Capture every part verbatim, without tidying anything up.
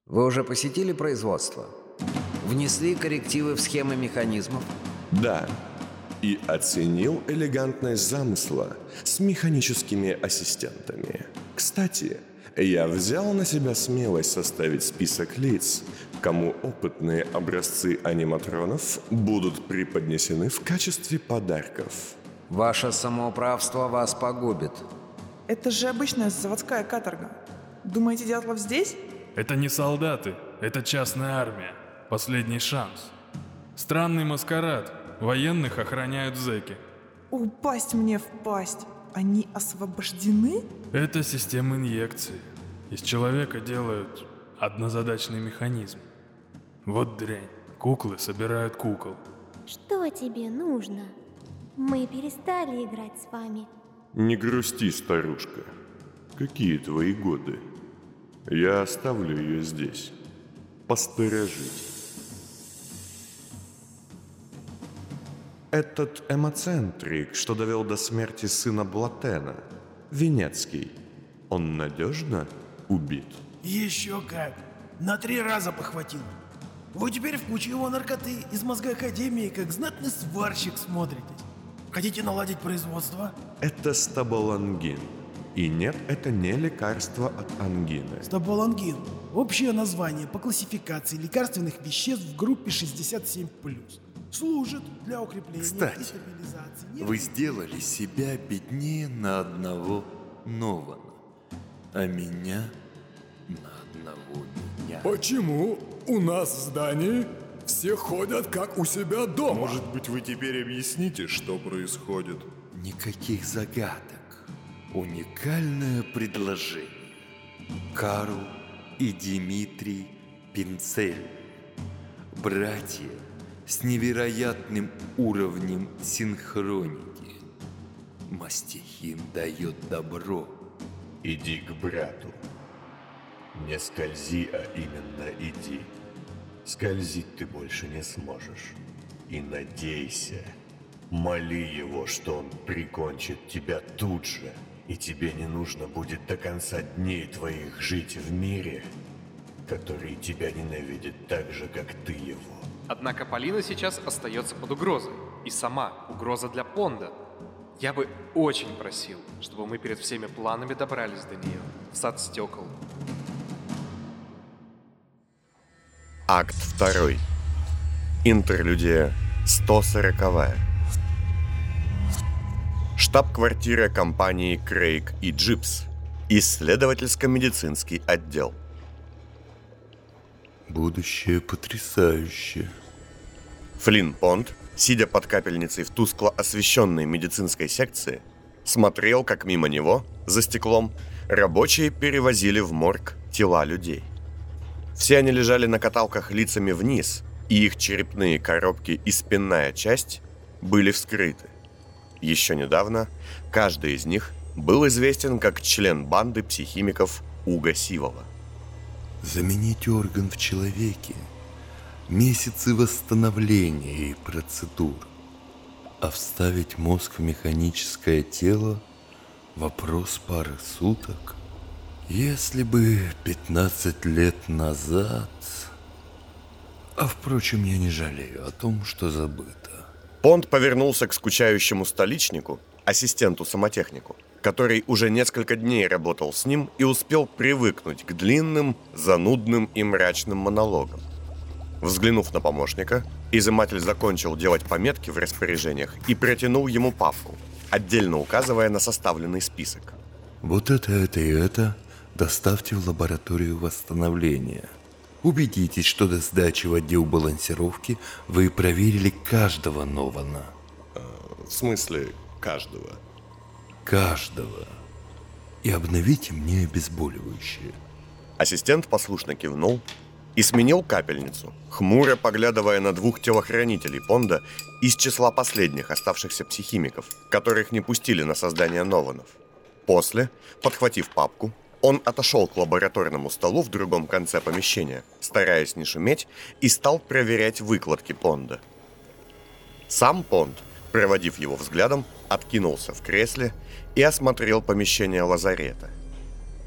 Вы уже посетили производство? Внесли коррективы в схемы механизмов? Да. И оценил элегантность замысла с механическими ассистентами. Кстати, я взял на себя смелость составить список лиц, кому опытные образцы аниматронов будут преподнесены в качестве подарков. Ваше самоуправство вас погубит. Это же обычная заводская каторга. Думаете, Дятлов здесь? Это не солдаты, это частная армия. Последний шанс. Странный маскарад. Военных охраняют зэки. Упасть мне в пасть. Они освобождены? Это система инъекции. Из человека делают однозадачный механизм. Вот дрянь. Куклы собирают кукол. Что тебе нужно? Мы перестали играть с вами. Не грусти, старушка. Какие твои годы? Я оставлю ее здесь. Посторожить. Этот эмоцентрик, что довел до смерти сына Блатена, Венецкий, он надежно убит? Еще как. На три раза похватил. Вы теперь в куче его наркоты из мозга Академии, как знатный сварщик смотритесь. Хотите наладить производство? Это стабалангин. И нет, это не лекарство от ангины. Стабалангин. Общее название по классификации лекарственных веществ в группе шестьдесят семь плюс. Служит для укрепления Кстати, и стабилизации. вы сделали себя беднее на одного Нована, а меня на одного меня. Почему у нас в здании все ходят как у себя дома? Может быть, вы теперь объясните, что происходит? Никаких загадок. Уникальное предложение. Карл и Дмитрий Пинцель. Братья с невероятным уровнем синхроники. Мастихин дает добро. Иди к брату. Не скользи, а именно иди. Скользить ты больше не сможешь. И надейся. Моли его, что он прикончит тебя тут же, и тебе не нужно будет до конца дней твоих жить в мире, который тебя ненавидит так же, как ты его. Однако Полина сейчас остается под угрозой. И сама угроза для Понда. Я бы очень просил, чтобы мы перед всеми планами добрались до нее. В сад стекол. Акт второй. Интерлюдия сто сороковая. Штаб-квартира компании Крейг и Джипс. Исследовательско-медицинский отдел. Будущее потрясающее. Флинн Понд, сидя под капельницей в тускло освещенной медицинской секции, смотрел, как мимо него, за стеклом, рабочие перевозили в морг тела людей. Все они лежали на каталках лицами вниз, и их черепные коробки и спинная часть были вскрыты. Еще недавно каждый из них был известен как член банды психимиков Уго Сивова. Заменить орган в человеке. Месяцы восстановления и процедур. А вставить мозг в механическое тело – вопрос пары суток. Если бы пятнадцать лет назад... А впрочем, я не жалею о том, что забыто. Понд повернулся к скучающему столичнику, ассистенту-самотехнику, который уже несколько дней работал с ним и успел привыкнуть к длинным, занудным и мрачным монологам. Взглянув на помощника, изыматель закончил делать пометки в распоряжениях и протянул ему папку, отдельно указывая на составленный список. Вот это, это и это доставьте в лабораторию восстановления. Убедитесь, что до сдачи в отдел балансировки вы проверили каждого Нована. В смысле каждого? Каждого. И обновите мне обезболивающее. Ассистент послушно кивнул и сменил капельницу, хмуро поглядывая на двух телохранителей Понда из числа последних оставшихся психимиков, которых не пустили на создание Нованов. После, подхватив папку, он отошел к лабораторному столу в другом конце помещения, стараясь не шуметь, и стал проверять выкладки Понда. Сам Понд, проводив его взглядом, откинулся в кресле и осмотрел помещение лазарета.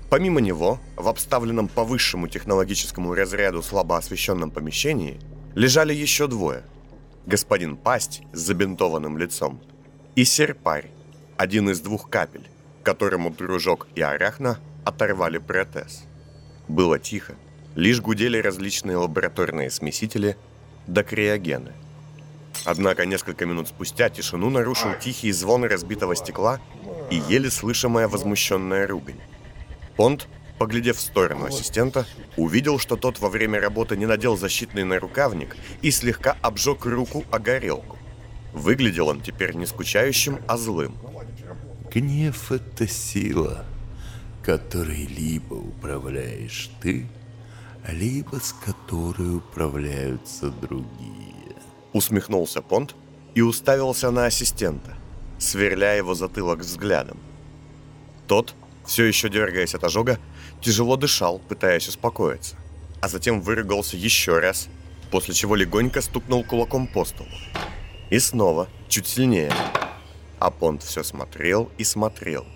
Помимо него, в обставленном по высшему технологическому разряду слабо освещенном помещении лежали еще двое. Господин Пасть с забинтованным лицом и Серпарь, один из двух капель, которому Дружок и Арахна оторвали протез. Было тихо, лишь гудели различные лабораторные смесители да криогены. Однако несколько минут спустя тишину нарушил тихий звон разбитого стекла и еле слышимая возмущенная ругань. Понт, поглядев в сторону ассистента, увидел, что тот во время работы не надел защитный нарукавник и слегка обжег руку о горелку. Выглядел он теперь не скучающим, а злым. Гнев — это сила, которой либо управляешь ты, либо с которой управляются другие. Усмехнулся Понт и уставился на ассистента, сверляя его затылок взглядом. Тот, все еще дергаясь от ожога, тяжело дышал, пытаясь успокоиться, а затем выругался еще раз, после чего легонько стукнул кулаком по столу. И снова, чуть сильнее. А Понт все смотрел и смотрел.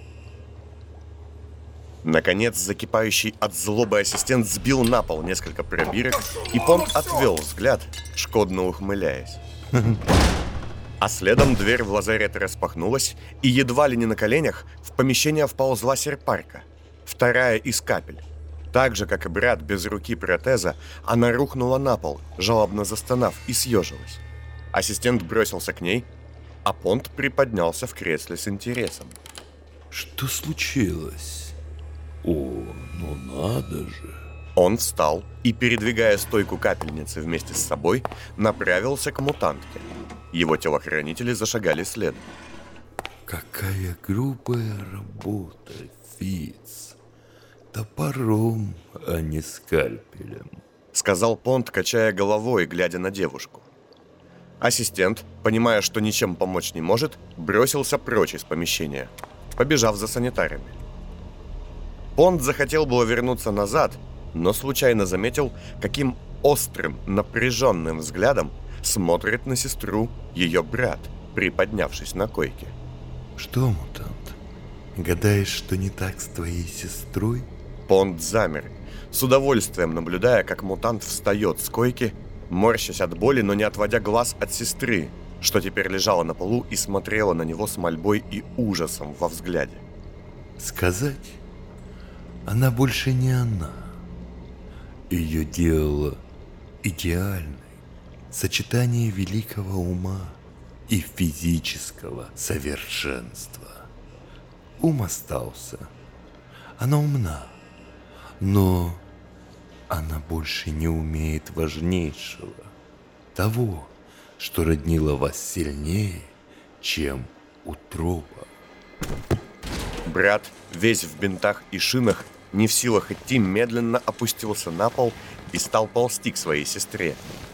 Наконец, закипающий от злобы ассистент сбил на пол несколько пробирок, и Понт отвел взгляд, шкодно ухмыляясь. А следом дверь в лазарет распахнулась, и едва ли не на коленях в помещение вползла Серпарка, вторая из капель. Так же, как и брат без руки протеза, она рухнула на пол, жалобно застонав, и съежилась. Ассистент бросился к ней, а Понт приподнялся в кресле с интересом. Что случилось? О, ну надо же. Он встал и, передвигая стойку капельницы вместе с собой, направился к мутантке. Его телохранители зашагали следом. Какая грубая работа, Фиц. Топором, а не скальпелем, сказал Понт, качая головой, глядя на девушку. Ассистент, понимая, что ничем помочь не может, бросился прочь из помещения, побежав за санитарами. Понт захотел было вернуться назад, но случайно заметил, каким острым, напряженным взглядом смотрит на сестру ее брат, приподнявшись на койке. Что, мутант, гадаешь, что не так с твоей сестрой? Понт замер, с удовольствием наблюдая, как мутант встает с койки, морщась от боли, но не отводя глаз от сестры, что теперь лежала на полу и смотрела на него с мольбой и ужасом во взгляде. Сказать? Она больше не она. Ее делало идеальной сочетание великого ума и физического совершенства. Ум остался. Она умна, но она больше не умеет важнейшего, того, что роднило вас сильнее, чем утроба. Брат, весь в бинтах и шинах, не в силах идти, медленно опустился на пол и стал ползти к своей сестре.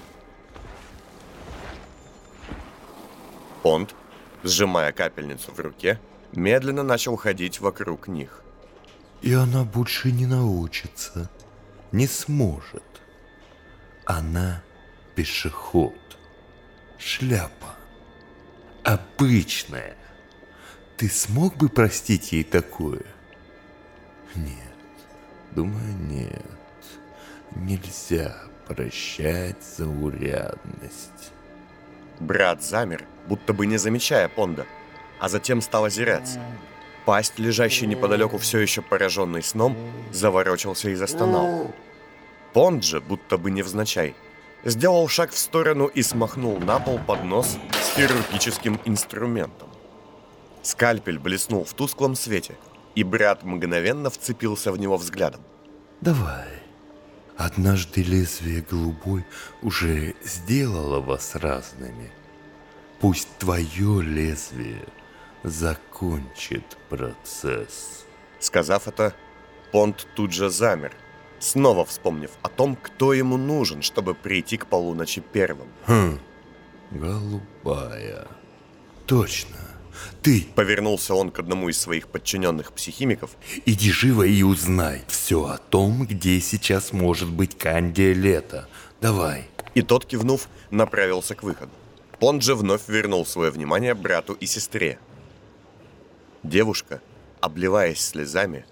Понт, сжимая капельницу в руке, медленно начал ходить вокруг них. И она больше не научится, не сможет. Она пешеход, шляпа, обычная. Ты смог бы простить ей такое? Нет, думаю, нет. Нельзя прощать заурядность. Брат замер, будто бы не замечая Понда, а затем стал озираться. Пасть, лежащий неподалеку, все еще пораженный сном, заворочился и застонал. Понд же, будто бы невзначай, сделал шаг в сторону и смахнул на пол поднос с хирургическим инструментом. Скальпель блеснул в тусклом свете, и брат мгновенно вцепился в него взглядом. Давай. Однажды лезвие голубой уже сделало вас разными. Пусть твое лезвие закончит процесс. Сказав это, Понт тут же замер, снова вспомнив о том, кто ему нужен, чтобы прийти к полуночи первым. Хм, голубая. Точно. Ты. Повернулся он к одному из своих подчиненных психимиков. Иди живо и узнай все о том, где сейчас может быть Кандия Лето. Давай. И тот, кивнув, направился к выходу. Понт же вновь вернул свое внимание брату и сестре. Девушка, обливаясь слезами,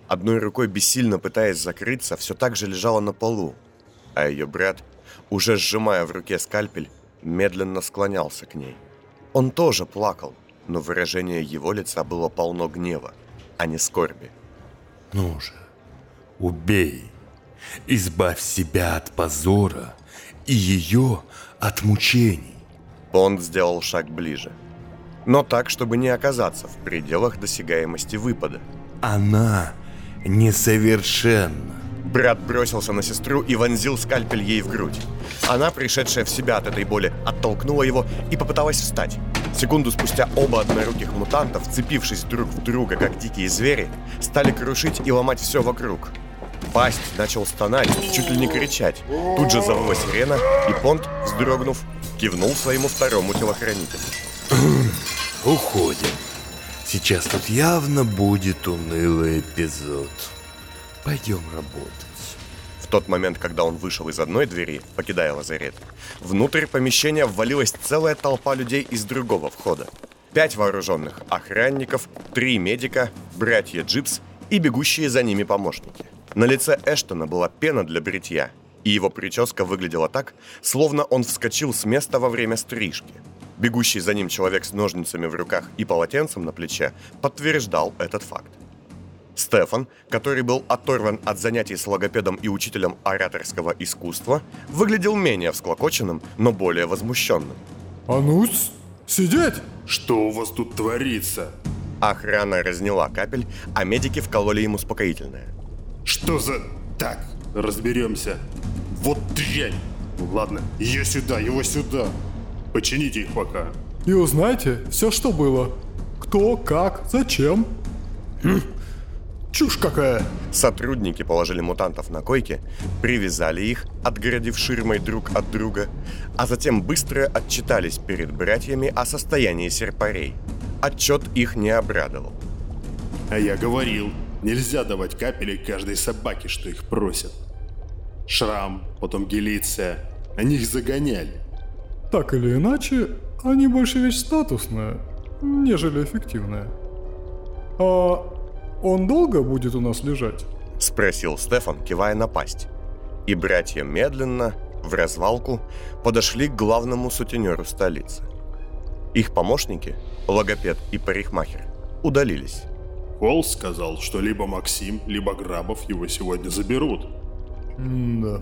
одной рукой бессильно пытаясь закрыться, все так же лежала на полу, а ее брат, уже сжимая в руке скальпель, медленно склонялся к ней. Он тоже плакал, но выражение его лица было полно гнева, а не скорби. «Ну же, убей, избавь себя от позора и ее от мучений». Понд сделал шаг ближе, но так, чтобы не оказаться в пределах досягаемости выпада. «Она несовершенна». Брат бросился на сестру и вонзил скальпель ей в грудь. Она, пришедшая в себя от этой боли, оттолкнула его и попыталась встать. Секунду спустя оба одноруких мутантов, вцепившись друг в друга, как дикие звери, стали крушить и ломать все вокруг. Пасть начал стонать, чуть ли не кричать. Тут же завыла сирена, и Понд, вздрогнув, кивнул своему второму телохранителю. «Уходим. Сейчас тут явно будет унылый эпизод. Пойдем работать». В тот момент, когда он вышел из одной двери, покидая лазарет, внутрь помещения ввалилась целая толпа людей из другого входа. Пять вооруженных охранников, три медика, братья Джипс и бегущие за ними помощники. На лице Эштона была пена для бритья, и его прическа выглядела так, словно он вскочил с места во время стрижки. Бегущий за ним человек с ножницами в руках и полотенцем на плече подтверждал этот факт. Стефан, который был оторван от занятий с логопедом и учителем ораторского искусства, выглядел менее всклокоченным, но более возмущенным. «А ну, сидеть!» «Что у вас тут творится?» Охрана разняла капель, а медики вкололи ему успокоительное. «Что за... Так, разберемся. Вот дрянь! Ладно, ее сюда, его сюда. Почините их пока». И узнайте все, что было. Кто, как, зачем. Хм. Чушь какая! Сотрудники положили мутантов на койки, привязали их, отгородив ширмой друг от друга, а затем быстро отчитались перед братьями о состоянии серпарей. Отчет их не обрадовал. А я говорил, нельзя давать капели каждой собаке, что их просят. Шрам, потом Гелиция, они их загоняли. Так или иначе, они больше вещь статусная, нежели эффективная. А... «Он долго будет у нас лежать?» — спросил Стефан, кивая на пасть. И братья медленно, в развалку, подошли к главному сутенеру столицы. Их помощники, логопед и парикмахер, удалились. Холл сказал, что либо Максим, либо Грабов его сегодня заберут. М-да.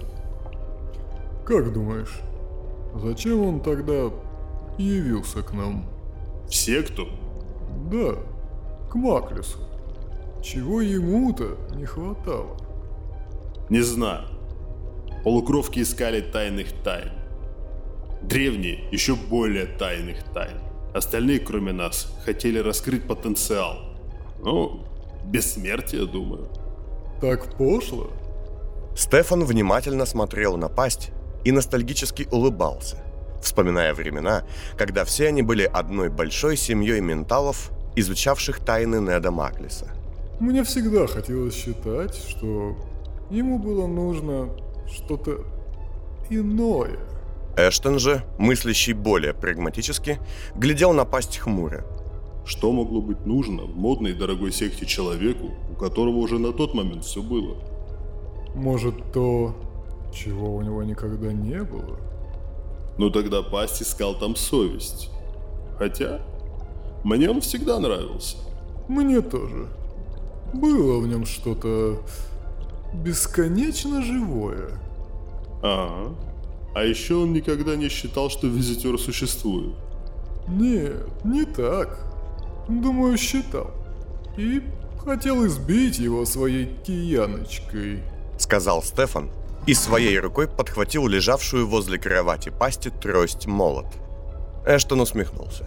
Как думаешь, зачем он тогда явился к нам? В секту? Да, к Маклису. Чего ему-то не хватало? Не знаю. Полукровки искали тайных тайн. Древние еще более тайных тайн. Остальные, кроме нас, хотели раскрыть потенциал. Ну, бессмертие, думаю. Так пошло? Стефан внимательно смотрел на пасть и ностальгически улыбался, вспоминая времена, когда все они были одной большой семьей менталов, изучавших тайны Неда Маклиса. Мне всегда хотелось считать, что ему было нужно что-то иное. Эштон же, мыслящий более прагматически, глядел на пасть хмуро. Что могло быть нужно в модной и дорогой секте человеку, у которого уже на тот момент все было? Может, то, чего у него никогда не было? Ну тогда пасть искал там совесть. Хотя, мне он всегда нравился. Мне тоже. Было в нем что-то бесконечно живое. Ага. А еще он никогда не считал, что визитер существует. Нет, не так. Думаю, считал. И хотел избить его своей кияночкой, сказал Стефан и своей рукой подхватил лежавшую возле кровати пасти трость-молот. Эштон усмехнулся.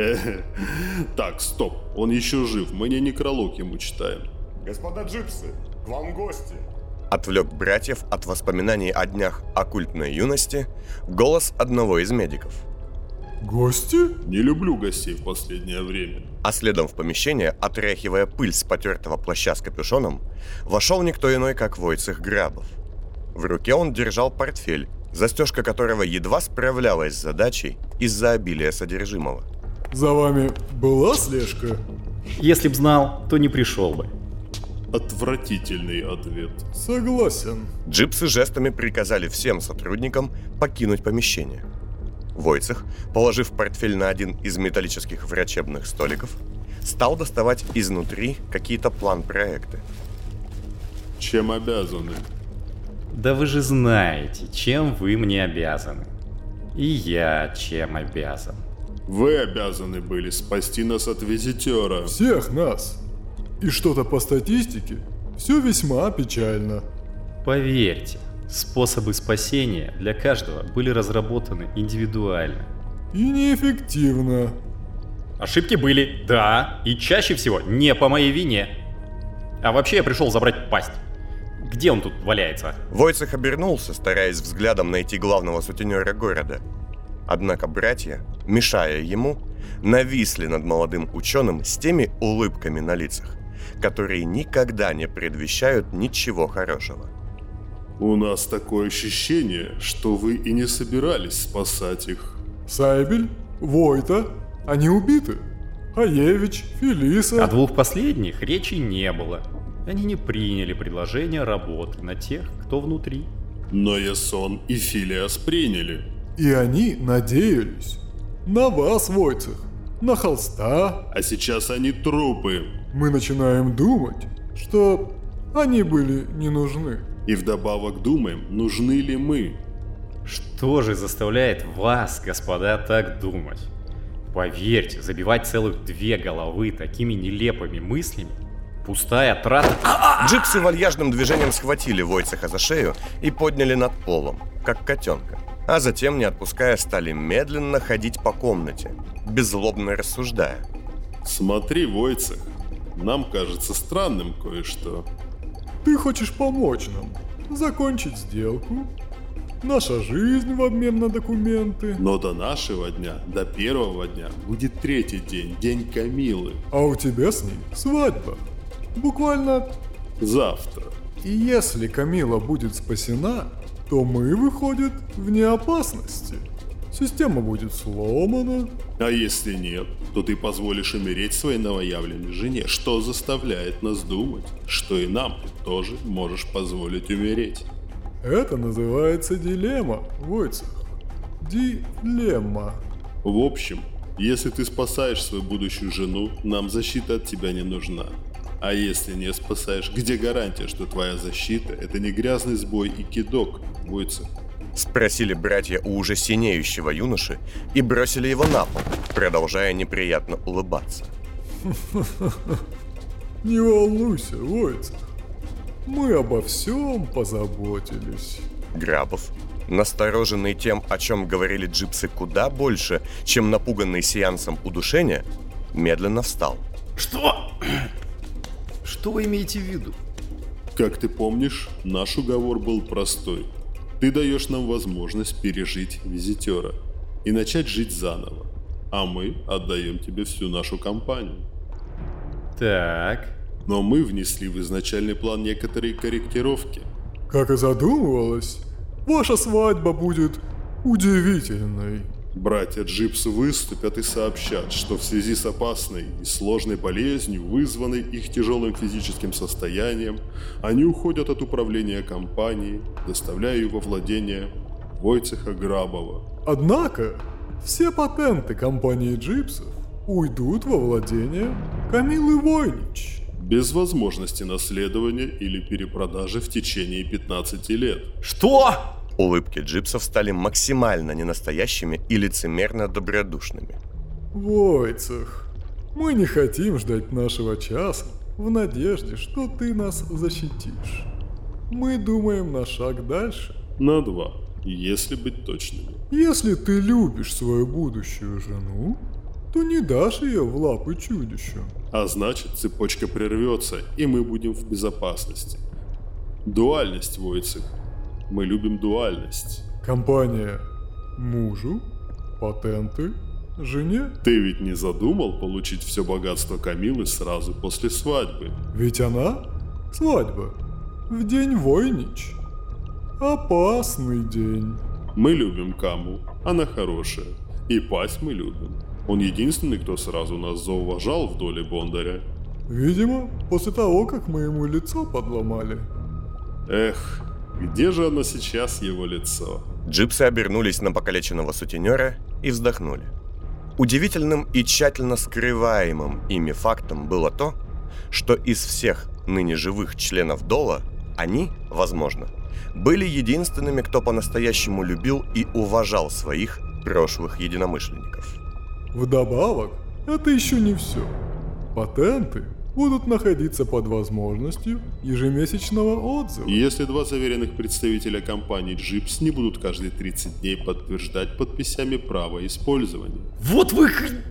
Так, стоп, он еще жив, мы не некролог ему читаем. Господа Джипсы, к вам гости. Отвлек братьев от воспоминаний о днях оккультной юности голос одного из медиков. Гости? Не люблю гостей в последнее время. А следом в помещение, отряхивая пыль с потертого плаща с капюшоном, вошел никто иной, как Войцех Грабов. В руке он держал портфель, застежка которого едва справлялась с задачей из-за обилия содержимого. За вами была слежка? Если б знал, то не пришел бы. отвратительный ответ. Согласен. Джипсы жестами приказали всем сотрудникам покинуть помещение. Войцех, положив портфель на один из металлических врачебных столиков, стал доставать изнутри какие-то план-проекты. Чем обязаны? Да вы же знаете, чем вы мне обязаны. И я чем обязан. Вы обязаны были спасти нас от визитера. Всех нас. И что-то по статистике, все весьма печально. Поверьте, способы спасения для каждого были разработаны индивидуально. И неэффективно. Ошибки были, да, и чаще всего не по моей вине. А вообще я пришел забрать пасть. Где он тут валяется? Войцех обернулся, стараясь взглядом найти главного сутенера города. Однако братья, мешая ему, нависли над молодым ученым с теми улыбками на лицах, которые никогда не предвещают ничего хорошего. У нас такое ощущение, что вы и не собирались спасать их. Сайбель, Войта, они убиты. Аевич, Фелиса. О двух последних речи не было. Они не приняли предложение работы на тех, кто внутри. Но Ясон и Филиас приняли. И они надеялись на вас, Войцех, на Холста. А сейчас они трупы. Мы начинаем думать, что они были не нужны. И вдобавок думаем, нужны ли мы. Что же заставляет вас, господа, так думать? Поверьте, забивать целых две головы такими нелепыми мыслями — пустая трата. Джипсы вальяжным движением схватили Войцеха за шею и подняли над полом, как котенка. А затем, не отпуская, стали медленно ходить по комнате, беззлобно рассуждая. Смотри, Войцех, нам кажется странным кое-что. Ты хочешь помочь нам закончить сделку? Наша жизнь в обмен на документы. Но до нашего дня, до первого дня, будет третий день, день Камилы. А у тебя с ней свадьба. Буквально завтра. И если Камила будет спасена, то мы, выходит, вне опасности. Система будет сломана. А если нет, то ты позволишь умереть своей новоявленной жене, что заставляет нас думать, что и нам ты тоже можешь позволить умереть. Это называется дилемма, Войцех. Дилемма. В общем, если ты спасаешь свою будущую жену, нам защита от тебя не нужна. А если не спасаешь, где гарантия, что твоя защита — это не грязный сбой и кидок, Войцех? Спросили братья у уже синеющего юноши и бросили его на пол, продолжая неприятно улыбаться. Не волнуйся, Войцех. Мы обо всем позаботились. Грабов, настороженный тем, о чем говорили джипсы куда больше, чем напуганный сеансом удушения, медленно встал. Что? Что вы имеете в виду? Как ты помнишь, наш уговор был простой. Ты даешь нам возможность пережить визитера и начать жить заново, а мы отдаем тебе всю нашу компанию. Так. Но мы внесли в изначальный план некоторые корректировки. Как и задумывалось, ваша свадьба будет удивительной. Братья Джипсы выступят и сообщат, что в связи с опасной и сложной болезнью, вызванной их тяжелым физическим состоянием, они уходят от управления компанией, доставляя ее во владение Войцеха Грабова. Однако, все патенты компании Джипсов уйдут во владение Камилы Войнич. Без возможности наследования или перепродажи в течение пятнадцати лет. Что? Улыбки джипсов стали максимально ненастоящими и лицемерно добродушными. Войцех, мы не хотим ждать нашего часа в надежде, что ты нас защитишь. Мы думаем на шаг дальше. На два, если быть точными. Если ты любишь свою будущую жену, то не дашь ее в лапы чудищу. А значит, цепочка прервется, и мы будем в безопасности. Дуальность, Войцех. Мы любим дуальность. Компания мужу, патенты жене. Ты ведь не задумал получить все богатство Камилы сразу после свадьбы? Ведь она, свадьба, в день Войнич. Опасный день. Мы любим Каму, она хорошая. И пасть мы любим. Он единственный, кто сразу нас зауважал в доле Бондаря. Видимо, после того, как мы ему лицо подломали. Эх, где же оно сейчас, его лицо? Джипсы обернулись на покалеченного сутенера и вздохнули. Удивительным и тщательно скрываемым ими фактом было то, что из всех ныне живых членов Дола они, возможно, были единственными, кто по-настоящему любил и уважал своих прошлых единомышленников. Вдобавок, это еще не все. Патенты будут находиться под возможностью ежемесячного отзыва. Если два заверенных представителя компании Джипс не будут каждые тридцать дней подтверждать подписями право использования. Вот вы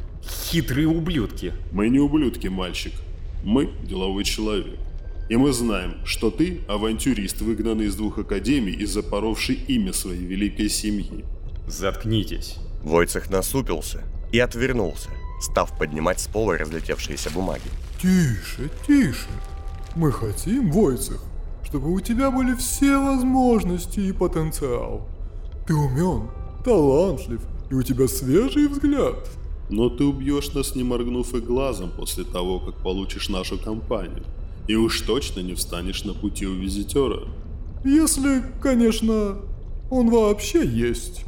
хитрые ублюдки. Мы не ублюдки, мальчик. Мы деловой человек. И мы знаем, что ты авантюрист, выгнанный из двух академий и запоровший имя своей великой семьи. Заткнитесь. Войцех насупился и отвернулся, став поднимать с пола разлетевшиеся бумаги. Тише, тише. Мы хотим, Войцех, чтобы у тебя были все возможности и потенциал. Ты умен, талантлив, и у тебя свежий взгляд. Но ты убьешь нас, не моргнув и глазом, после того, как получишь нашу компанию. И уж точно не встанешь на пути у визитера. Если, конечно, он вообще есть.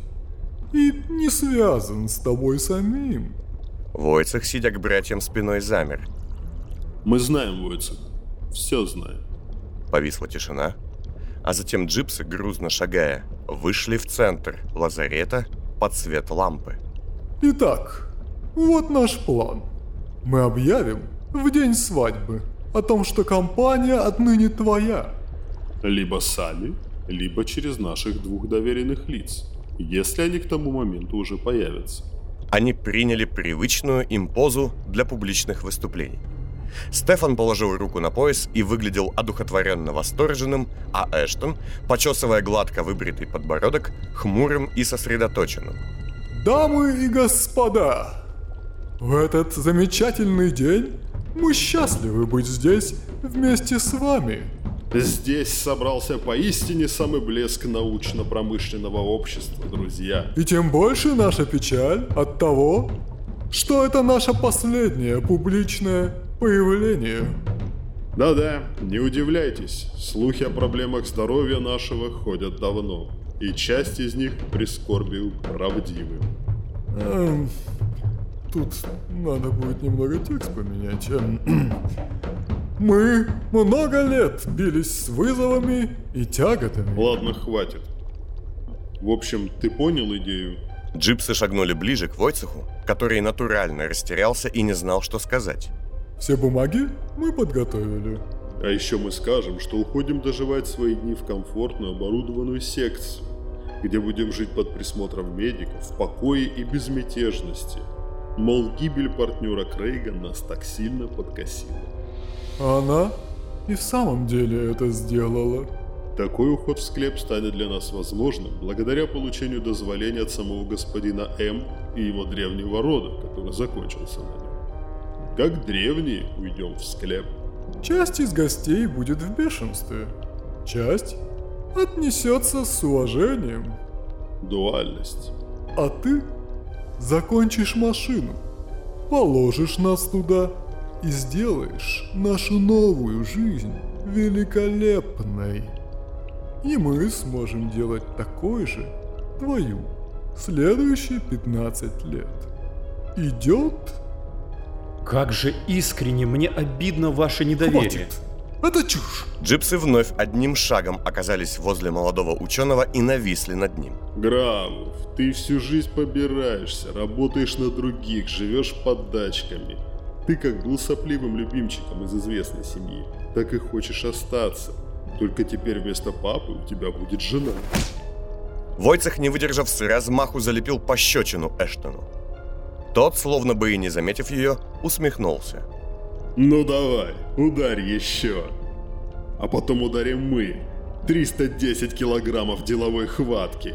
И не связан с тобой самим. Войцех, сидя к братьям спиной, замер. Мы знаем, Войцех. Все знаем. Повисла тишина, а затем джипсы, грузно шагая, вышли в центр лазарета под свет лампы. Итак, вот наш план. Мы объявим в день свадьбы о том, что компания отныне твоя. Либо сами, либо через наших двух доверенных лиц, если они к тому моменту уже появятся. Они приняли привычную им позу для публичных выступлений. Стефан положил руку на пояс и выглядел одухотворенно восторженным, а Эштон, почесывая гладко выбритый подбородок, хмурым и сосредоточенным. Дамы и господа, в этот замечательный день мы счастливы быть здесь вместе с вами. Здесь собрался поистине самый блеск научно-промышленного общества, друзья. И тем больше наша печаль от того, что это наше последнее публичное появление. Да-да, не удивляйтесь, слухи о проблемах здоровья нашего ходят давно, и часть из них прискорбию правдивы. Эм, тут надо будет немного текст поменять. Эм, мы много лет бились с вызовами и тяготами. Ладно, хватит. В общем, ты понял идею? Джипсы шагнули ближе к Войцеху, который натурально растерялся и не знал, что сказать. Все бумаги мы подготовили. А еще мы скажем, что уходим доживать свои дни в комфортную оборудованную секцию, где будем жить под присмотром медиков в покое и безмятежности. Мол, гибель партнера Крейга нас так сильно подкосила. Она и в самом деле это сделала. Такой уход в склеп станет для нас возможным благодаря получению дозволения от самого господина М и его древнего рода, который закончился на нем. Как древние уйдем в склеп. Часть из гостей будет в бешенстве. Часть отнесется с уважением. Дуальность. А ты закончишь машину, положишь нас туда и сделаешь нашу новую жизнь великолепной. И мы сможем делать такой же твою следующие пятнадцать лет. Идет? Как же искренне мне обидно ваше недоверие. Хватит. Это чушь. Джипсы вновь одним шагом оказались возле молодого ученого и нависли над ним. Гравов, ты всю жизнь побираешься, работаешь на других, живешь под дачками. Ты как был сопливым любимчиком из известной семьи, так и хочешь остаться. Только теперь вместо папы у тебя будет жена. Войцех, не выдержав с размаху, залепил пощечину Эштону. Тот, словно бы и не заметив ее, усмехнулся. Ну давай, ударь еще. А потом ударим мы. триста десять килограммов деловой хватки.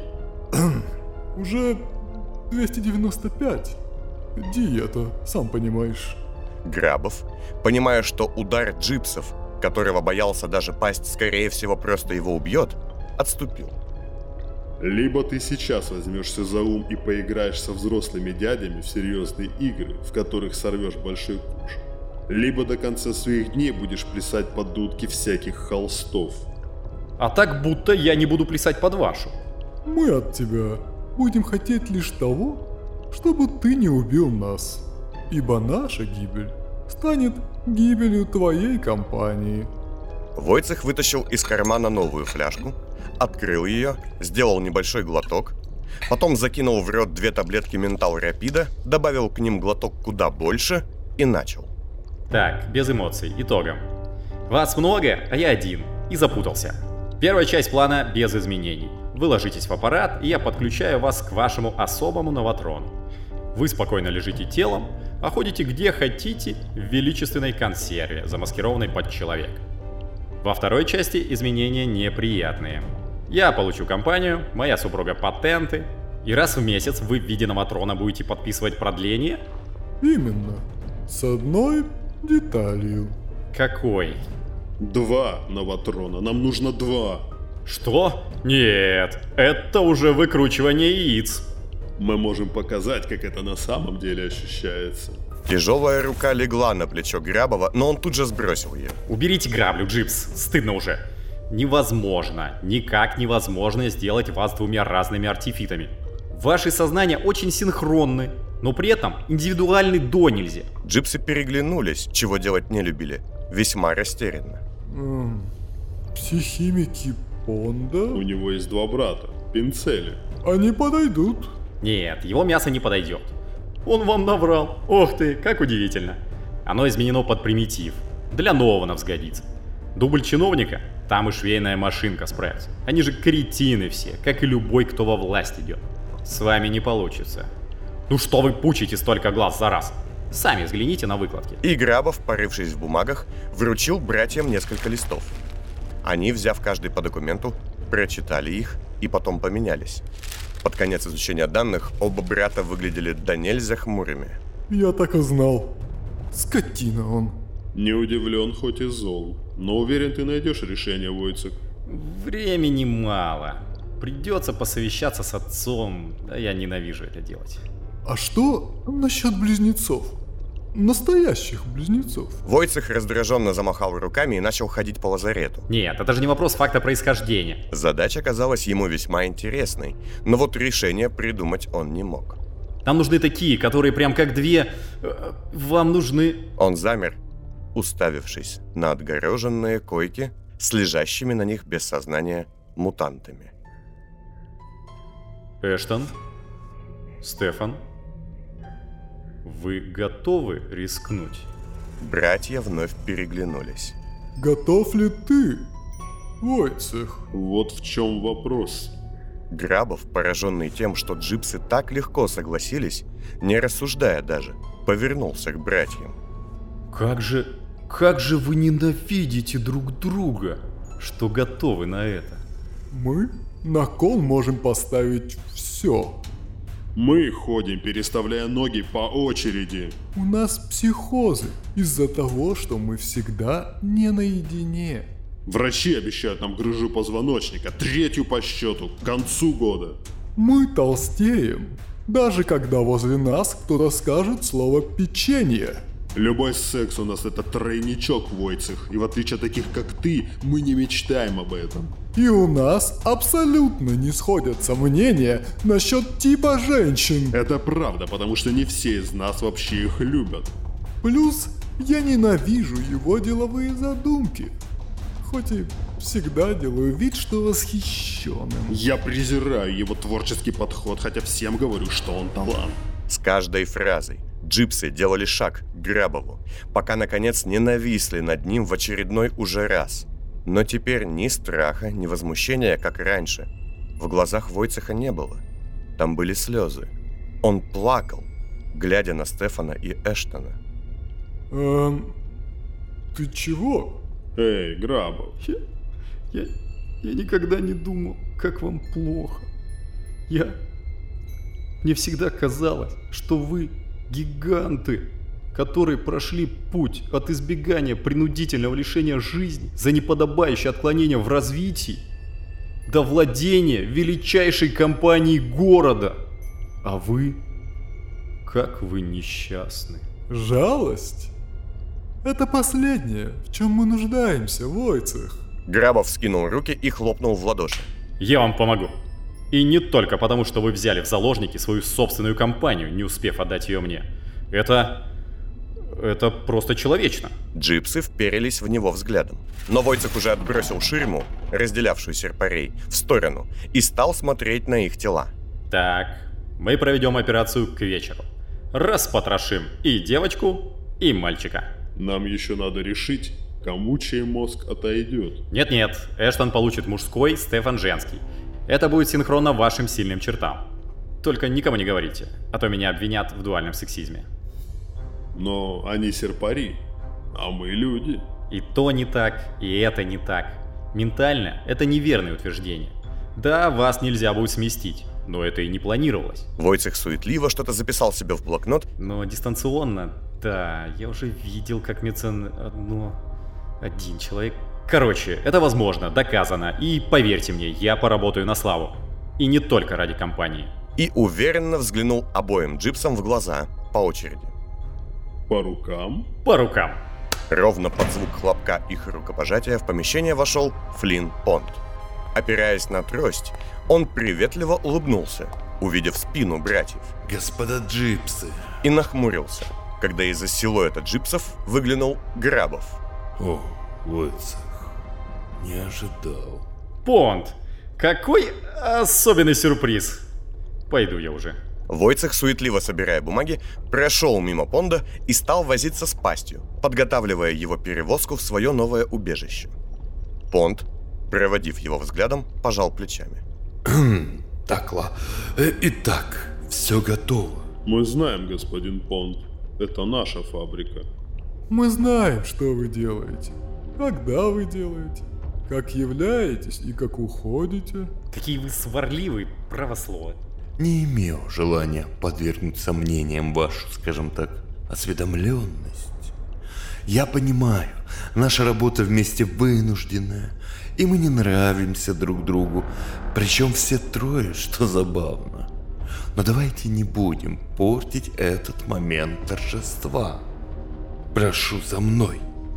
Уже двести девяносто пять. Диета, сам понимаешь. Грабов, понимая, что удар джипсов, которого боялся даже пасть, скорее всего, просто его убьет, отступил. Либо ты сейчас возьмешься за ум и поиграешь со взрослыми дядями в серьезные игры, в которых сорвешь большой куш. либо до конца своих дней будешь плясать под дудки всяких холстов. А так будто я не буду плясать под вашу. Мы от тебя будем хотеть лишь того, чтобы ты не убил нас, ибо наша гибель станет гибелью твоей компании. Войцех вытащил из кармана новую фляжку, открыл ее, сделал небольшой глоток, потом закинул в рот две таблетки ментал рапида, добавил к ним глоток куда больше и начал. Так, без эмоций, итогом. Вас много, а я один, и запутался. Первая часть плана без изменений. Вы ложитесь в аппарат, и я подключаю вас к вашему особому новотрону. Вы спокойно лежите телом, а ходите где хотите в величественной консерве, замаскированной под человека. Во второй части изменения неприятные. Я получу компанию, моя супруга патенты, и раз в месяц вы в виде новотрона будете подписывать продление? Именно. С одной деталью. Какой? Два новотрона, нам нужно два. Что? Нет, это уже выкручивание яиц. Мы можем показать, как это на самом деле ощущается. Тяжелая рука легла на плечо Грабова, но он тут же сбросил ее. Уберите граблю, Джипс, стыдно уже. Невозможно, никак невозможно сделать вас двумя разными артефитами. Ваши сознания очень синхронны, но при этом индивидуальны до нельзя. Джипсы переглянулись, чего делать не любили, весьма растерянно. Эм, психимики Понда? У него есть два брата, Пинцели. Они подойдут. Нет, его мясо не подойдет. Он вам наврал. Ох ты, как удивительно. Оно изменено под примитив. Для нового сгодится. Дубль чиновника, там и швейная машинка справится. Они же кретины все, как и любой, кто во власть идет. С вами не получится. Ну что вы пучите столько глаз за раз? Сами взгляните на выкладки. И Грабов, порывшись в бумагах, вручил братьям несколько листов. Они, взяв каждый по документу, прочитали их и потом поменялись. Под конец изучения данных оба брата выглядели до нельзя хмурыми. Я так и знал. Скотина он. Не удивлен, хоть и зол, но уверен, ты найдешь решение, Войцех. Времени мало. Придется посовещаться с отцом, да я ненавижу это делать. А что насчет близнецов? Настоящих близнецов. Войцех раздраженно замахал руками и начал ходить по лазарету. Нет, это же не вопрос факта происхождения. Задача казалась ему весьма интересной, но вот решение придумать он не мог. Нам нужны такие, которые прям как две... Вам нужны... Он замер, уставившись на отгороженные койки с лежащими на них без сознания мутантами. Эштон? Стефан? Вы готовы рискнуть? Братья вновь переглянулись. Готов ли ты, Войцех? Вот в чем вопрос. Грабов, пораженный тем, что джипсы так легко согласились, не рассуждая даже, повернулся к братьям. Как же, как же вы ненавидите друг друга, что готовы на это? Мы на кон можем поставить все. Мы ходим, переставляя ноги по очереди. У нас психозы из-за того, что мы всегда не наедине. Врачи обещают нам грыжу позвоночника, третью по счету, к концу года. Мы толстеем, даже когда возле нас кто-то скажет слово «печенье». Любой секс у нас это тройничок, Войцех, и в отличие от таких, как ты, мы не мечтаем об этом. И у нас абсолютно не сходятся мнения насчет типа женщин. Это правда, потому что не все из нас вообще их любят. Плюс я ненавижу его деловые задумки. Хоть и всегда делаю вид, что восхищенным. Я презираю его творческий подход, хотя всем говорю, что он талант. С каждой фразой джипсы делали шаг к Грабову, пока наконец не нависли над ним в очередной уже раз. Но теперь ни страха, ни возмущения, как раньше, в глазах Войцеха не было. Там были слезы. Он плакал, глядя на Стефана и Эштона. Эм, ты чего? Эй, Грабов. Я, я, я никогда не думал, как вам плохо. Я... Мне всегда казалось, что вы гиганты, которые прошли путь от избегания принудительного лишения жизни за неподобающее отклонение в развитии до владения величайшей компанией города. А вы... Как вы несчастны. Жалость? Это последнее, в чем мы нуждаемся, Войцех. Грабов скинул руки и хлопнул в ладоши. Я вам помогу. И не только потому, что вы взяли в заложники свою собственную компанию, не успев отдать ее мне. Это... это просто человечно. Джипсы вперились в него взглядом. Но Войцех уже отбросил ширму, разделявшую серпарей, в сторону и стал смотреть на их тела. Так, мы проведем операцию к вечеру. Распотрошим и девочку, и мальчика. Нам еще надо решить, кому чей мозг отойдет. Нет-нет, Эштон получит мужской, Стефан женский. Это будет синхронно вашим сильным чертам. Только никому не говорите, а то меня обвинят в дуальном сексизме. Но они серпари, а мы люди. И то не так, и это не так. Ментально это неверное утверждение. Да, вас нельзя будет сместить, но это и не планировалось. Войцех суетливо что-то записал себе в блокнот. Но дистанционно, да, я уже видел, как медцин одно... один человек... Короче, это возможно, доказано, и поверьте мне, я поработаю на славу. И не только ради компании. И уверенно взглянул обоим джипсам в глаза, по очереди. По рукам? По рукам. Ровно под звук хлопка их рукопожатия в помещение вошел Флинн Понт. Опираясь на трость, он приветливо улыбнулся, увидев спину братьев. Господа джипсы. И нахмурился, когда из-за силуэта джипсов выглянул Грабов. О, Войцех, не ожидал. Понт, какой особенный сюрприз. Пойду я уже. Войцех, суетливо собирая бумаги, прошел мимо Понда и стал возиться с пастью, подготавливая его перевозку в свое новое убежище. Понт, проводив его взглядом, пожал плечами. Так, ла. Итак, все готово. Мы знаем, господин Понт, это наша фабрика. Мы знаем, что вы делаете, когда вы делаете, как являетесь и как уходите. Какие вы сварливые, право слово. Не имею желания подвергнуть сомнениям вашу, скажем так, осведомленность. Я понимаю, наша работа вместе вынужденная, и мы не нравимся друг другу, причем все трое, что забавно. Но давайте не будем портить этот момент торжества. Прошу за мной.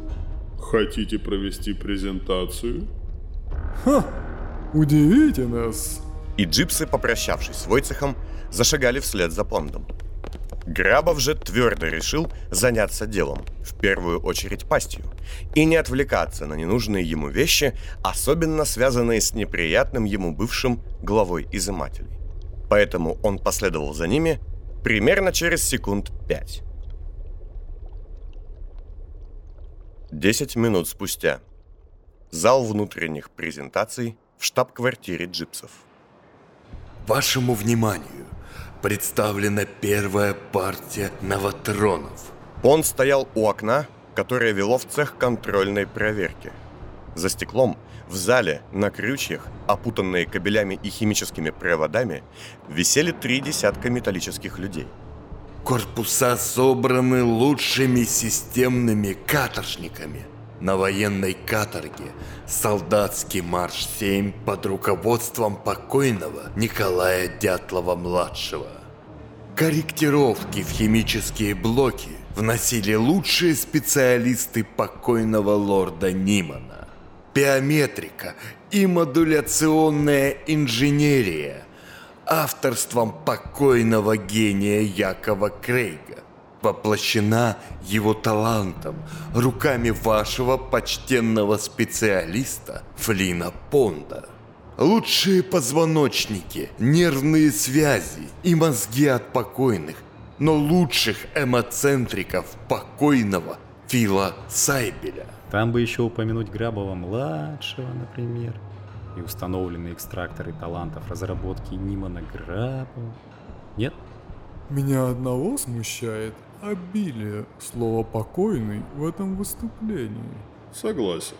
Хотите провести презентацию? Ха! Удивите нас! И джипсы, попрощавшись с Войцехом, зашагали вслед за Пондом. Грабов же твердо решил заняться делом, в первую очередь пастью, и не отвлекаться на ненужные ему вещи, особенно связанные с неприятным ему бывшим главой изымателей. Поэтому он последовал за ними примерно через секунд пять. Десять минут спустя. Зал внутренних презентаций в штаб-квартире джипсов. Вашему вниманию представлена первая партия новотронов. Он стоял у окна, которое вело в цех контрольной проверки. За стеклом, в зале, на крючьях, опутанные кабелями и химическими проводами, висели три десятка металлических людей. Корпуса собраны лучшими системными каторжниками. На военной каторге солдатский марш семь под руководством покойного Николая Дятлова-младшего. Корректировки в химические блоки вносили лучшие специалисты покойного лорда Нимана. Биометрика и модуляционная инженерия авторством покойного гения Якова Крейга воплощена его талантом руками вашего почтенного специалиста Флинна Понда. Лучшие позвоночники, нервные связи и мозги от покойных, но лучших эмоцентриков покойного Фила Сайбеля. Там бы еще упомянуть Грабова-младшего, например, и установленные экстракторы талантов разработки Нимана Грабова. Нет? Меня одного смущает обилие слова «покойный» в этом выступлении. Согласен.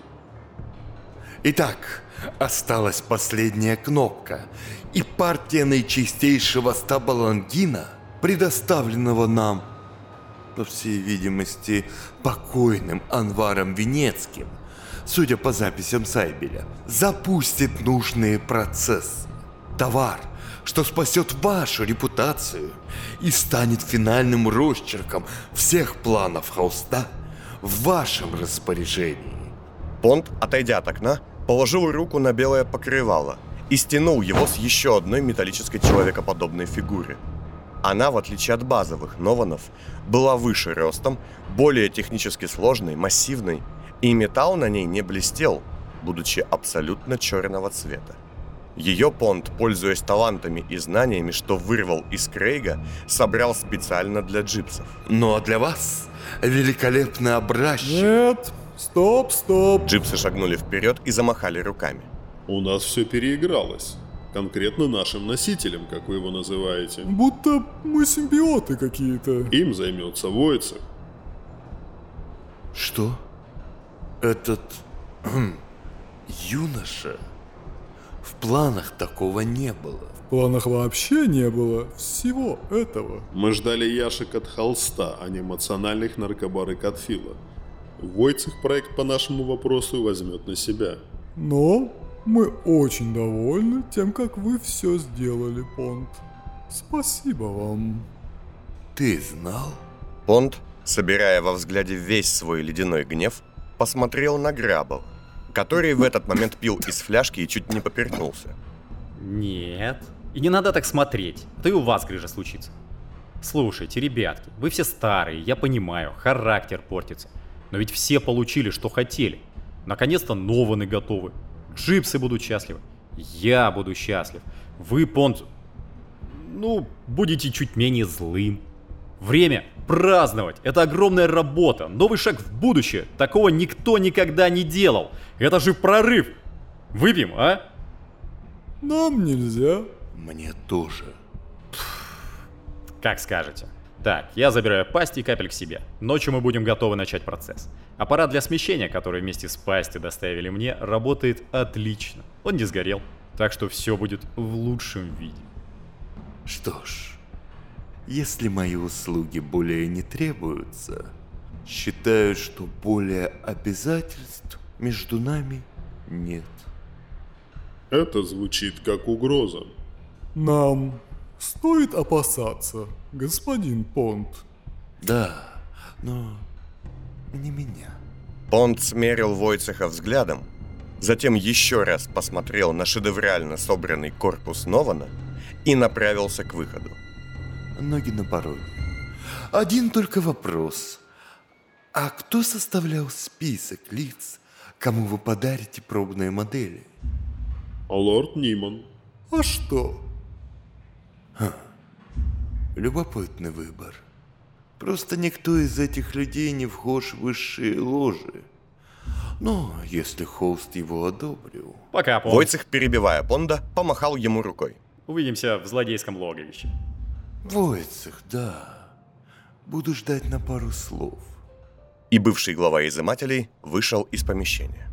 Итак, осталась последняя кнопка, и партия наичистейшего стаба Лангина, предоставленного нам, по всей видимости, покойным Анваром Венецким, судя по записям Сайбеля, запустит нужные процессы. Товар, что спасет вашу репутацию и станет финальным росчерком всех планов холста, в вашем распоряжении. Понт, отойдя от окна, положил руку на белое покрывало и стянул его с еще одной металлической человекоподобной фигуры. Она, в отличие от базовых нованов, была выше ростом, более технически сложной, массивной, и металл на ней не блестел, будучи абсолютно черного цвета. Ее Понт, пользуясь талантами и знаниями, что вырвал из Крейга, собрал специально для джипсов. Ну а для вас великолепный образчик. Нет, стоп, стоп. Джипсы шагнули вперед и замахали руками. У нас все переигралось. Конкретно нашим носителем, как вы его называете. Будто мы симбиоты какие-то. Им займется Войцех. Что? Этот... юноша? В планах такого не было. В планах вообще не было всего этого. Мы ждали яшек от холста, а не эмоциональных наркобарок от Фила. Войцех проект по нашему вопросу возьмет на себя. Но мы очень довольны тем, как вы все сделали, Понт. Спасибо вам. Ты знал? Понт, собирая во взгляде весь свой ледяной гнев, посмотрел на Грабова, который в этот момент пил из фляжки и чуть не поперхнулся. Нет. И не надо так смотреть, а то и у вас грыжа случится. Слушайте, ребятки, вы все старые, я понимаю, характер портится. Но ведь все получили, что хотели. Наконец-то нованы готовы. Джипсы будут счастливы. Я буду счастлив. Вы, Понт, ну, будете чуть менее злым. Время праздновать. Это огромная работа. Новый шаг в будущее. Такого никто никогда не делал. Это же прорыв. Выпьем, а? Нам нельзя. Мне тоже. Как скажете. Так, я забираю пасть и капель к себе. Ночью мы будем готовы начать процесс. Аппарат для смещения, который вместе с пастью доставили мне, работает отлично. Он не сгорел. Так что все будет в лучшем виде. Что ж, если мои услуги более не требуются, считаю, что более обязательств между нами нет. Это звучит как угроза. Нам стоит опасаться, господин Понт. Да, но не меня. Понт смерил Войцеха взглядом, затем еще раз посмотрел на шедеврально собранный корпус Нована и направился к выходу. Ноги на пороге. Один только вопрос. А кто составлял список лиц, кому вы подарите пробные модели? Лорд Ниман. А что? Ха. Любопытный выбор. Просто никто из этих людей не вхож в высшие ложи. Но если Холст его одобрил... Пока, Понт. Войцех, перебивая Понда, помахал ему рукой. Увидимся в злодейском логовище. Войцех, да. Буду ждать на пару слов. И бывший глава изымателей вышел из помещения.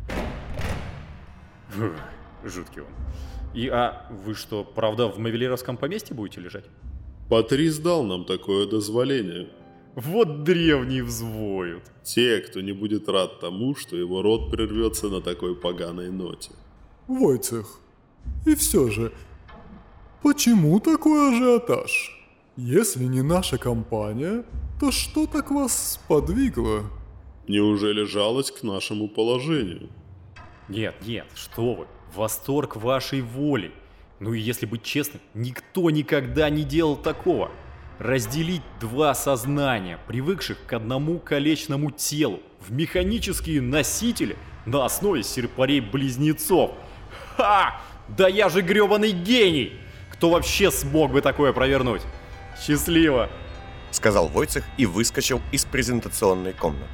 Фух, жуткий он. И, а вы что, правда в Мавелировском поместье будете лежать? Патрис дал нам такое дозволение. Вот древний взвоют. Те, кто не будет рад тому, что его род прервется на такой поганой ноте. Войцех, и все же, почему такой ажиотаж? Если не наша компания, то что так вас сподвигло? Неужели жалость к нашему положению? Нет, нет, что вы, восторг вашей воли. Ну и если быть честным, никто никогда не делал такого. Разделить два сознания, привыкших к одному колечному телу, в механические носители на основе серпарей-близнецов. Ха! Да я же гребаный гений! Кто вообще смог бы такое провернуть? Счастливо! Сказал Войцех и выскочил из презентационной комнаты.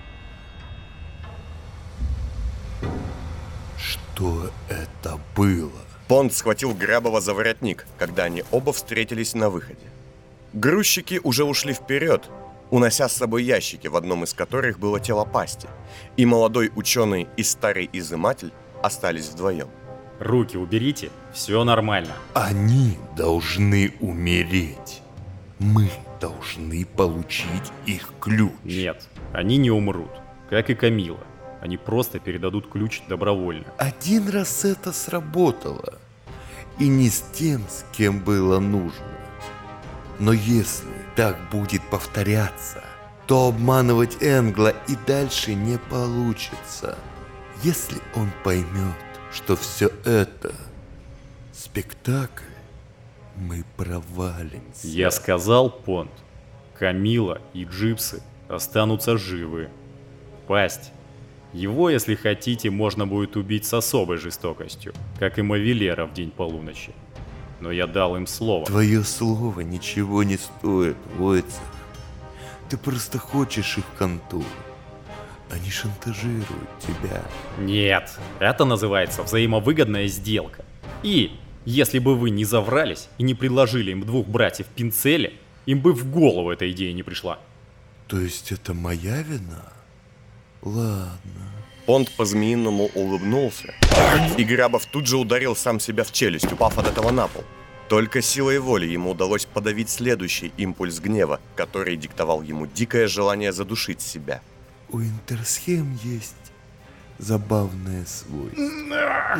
Что это было? Понт схватил Грабова за воротник, когда они оба встретились на выходе. Грузчики уже ушли вперед, унося с собой ящики, в одном из которых было тело пасти, и молодой ученый и старый изыматель остались вдвоем. Руки уберите, все нормально. Они должны умереть. Мы должны получить их ключ. Нет, они не умрут, как и Камила. Они просто передадут ключ добровольно. Один раз это сработало. И не с тем, с кем было нужно. Но если так будет повторяться, то обманывать Энгла и дальше не получится. Если он поймет, что все это спектакль, мы провалимся. Я сказал, Понт, Камила и Джипсы останутся живы. Пасть. Его, если хотите, можно будет убить с особой жестокостью, как и Мавилера в день полуночи. Но я дал им слово. Твое слово ничего не стоит, Войцех. Ты просто хочешь их контору. Они шантажируют тебя. Нет, это называется взаимовыгодная сделка. И, если бы вы не заврались и не предложили им двух братьев Пинцели, им бы в голову эта идея не пришла. То есть это моя вина? Ладно. Понт по-змеиному улыбнулся, и Грабов тут же ударил сам себя в челюсть, упав от этого на пол. Только силой воли ему удалось подавить следующий импульс гнева, который диктовал ему дикое желание задушить себя. У интерсхем есть забавное свойство.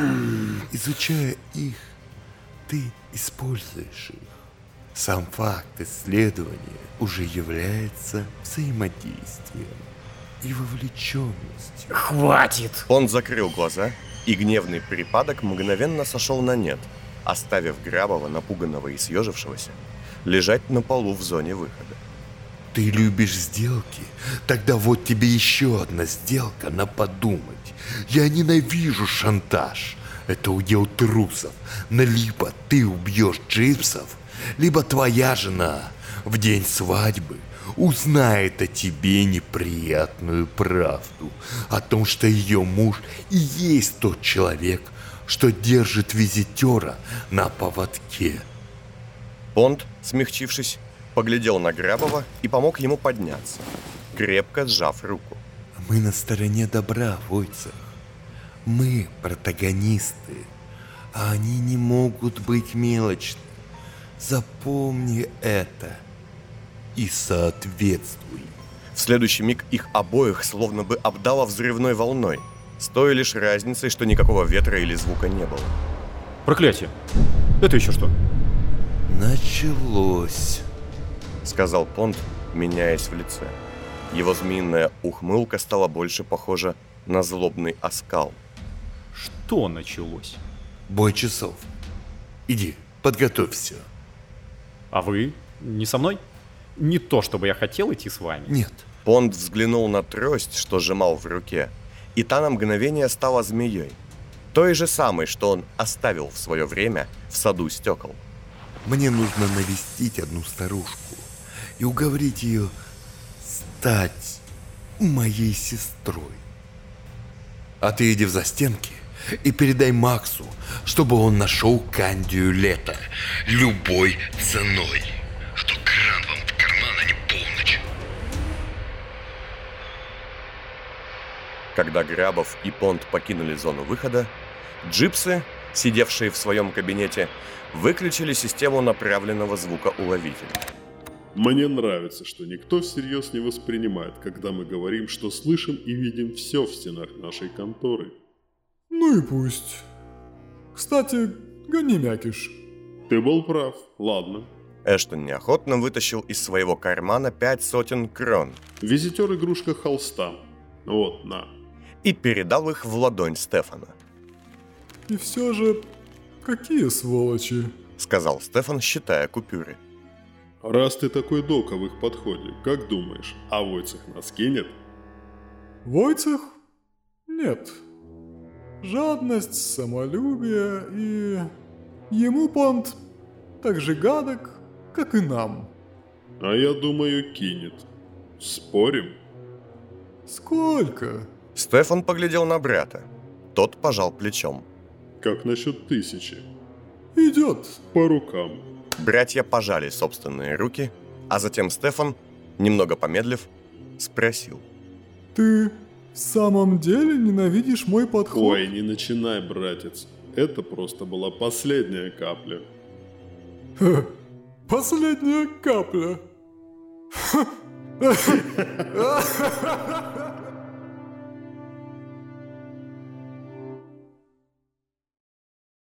Изучая их, ты используешь их. Сам факт исследования уже является взаимодействием и вовлеченностью. Хватит! Он закрыл глаза, и гневный припадок мгновенно сошел на нет, оставив Грабова, напуганного и съежившегося, лежать на полу в зоне выхода. Ты любишь сделки? Тогда вот тебе еще одна сделка на подумать. Я ненавижу шантаж. Это удел трусов. Но либо ты убьешь Джипсов, либо твоя жена в день свадьбы узнает о тебе неприятную правду. О том, что ее муж и есть тот человек, что держит визитера на поводке. Понт, смягчившись, поглядел на Грабова и помог ему подняться, крепко сжав руку. Мы на стороне добра, Войцех. Мы протагонисты, а они не могут быть мелочны. Запомни это и соответствуй. В следующий миг их обоих словно бы обдало взрывной волной, с той лишь разницей, что никакого ветра или звука не было. Проклятие! Это еще что? Началось, сказал Понт, меняясь в лице. Его змеиная ухмылка стала больше похожа на злобный оскал. Что началось? Бой часов. Иди, подготовь все. А вы не со мной? Не то, чтобы я хотел идти с вами. Нет. Понт взглянул на трость, что сжимал в руке, и та на мгновение стала змеей. Той же самой, что он оставил в свое время в саду стекол. Мне нужно навестить одну старушку и уговорить ее стать моей сестрой. А ты иди в застенки и передай Максу, чтобы он нашел Кандию Лето любой ценой. А то кран вам в карман, а не полночь. Когда Грабов и Понт покинули зону выхода, джипсы, сидевшие в своем кабинете, выключили систему направленного звукоуловителя. Мне нравится, что никто всерьез не воспринимает, когда мы говорим, что слышим и видим все в стенах нашей конторы. Ну и пусть. Кстати, гони мякиш. Ты был прав, ладно. Эштон неохотно вытащил из своего кармана пять сотен крон. Визитер игрушка холста. Вот, на. И передал их в ладонь Стефана. И все же, какие сволочи, сказал Стефан, считая купюры. Раз ты такой дока в их подходе, как думаешь, а Войцех нас кинет? Войцех? Нет. Жадность, самолюбие и... Ему Понт так же гадок, как и нам. А я думаю, кинет. Спорим? Сколько? Стефан поглядел на брата. Тот пожал плечом. Как насчет тысячи? Идет. По рукам. Братья пожали собственные руки, а затем Стефан, немного помедлив, спросил. Ты в самом деле ненавидишь мой подход? Ой, не начинай, братец. Это просто была последняя капля. Ха, последняя капля.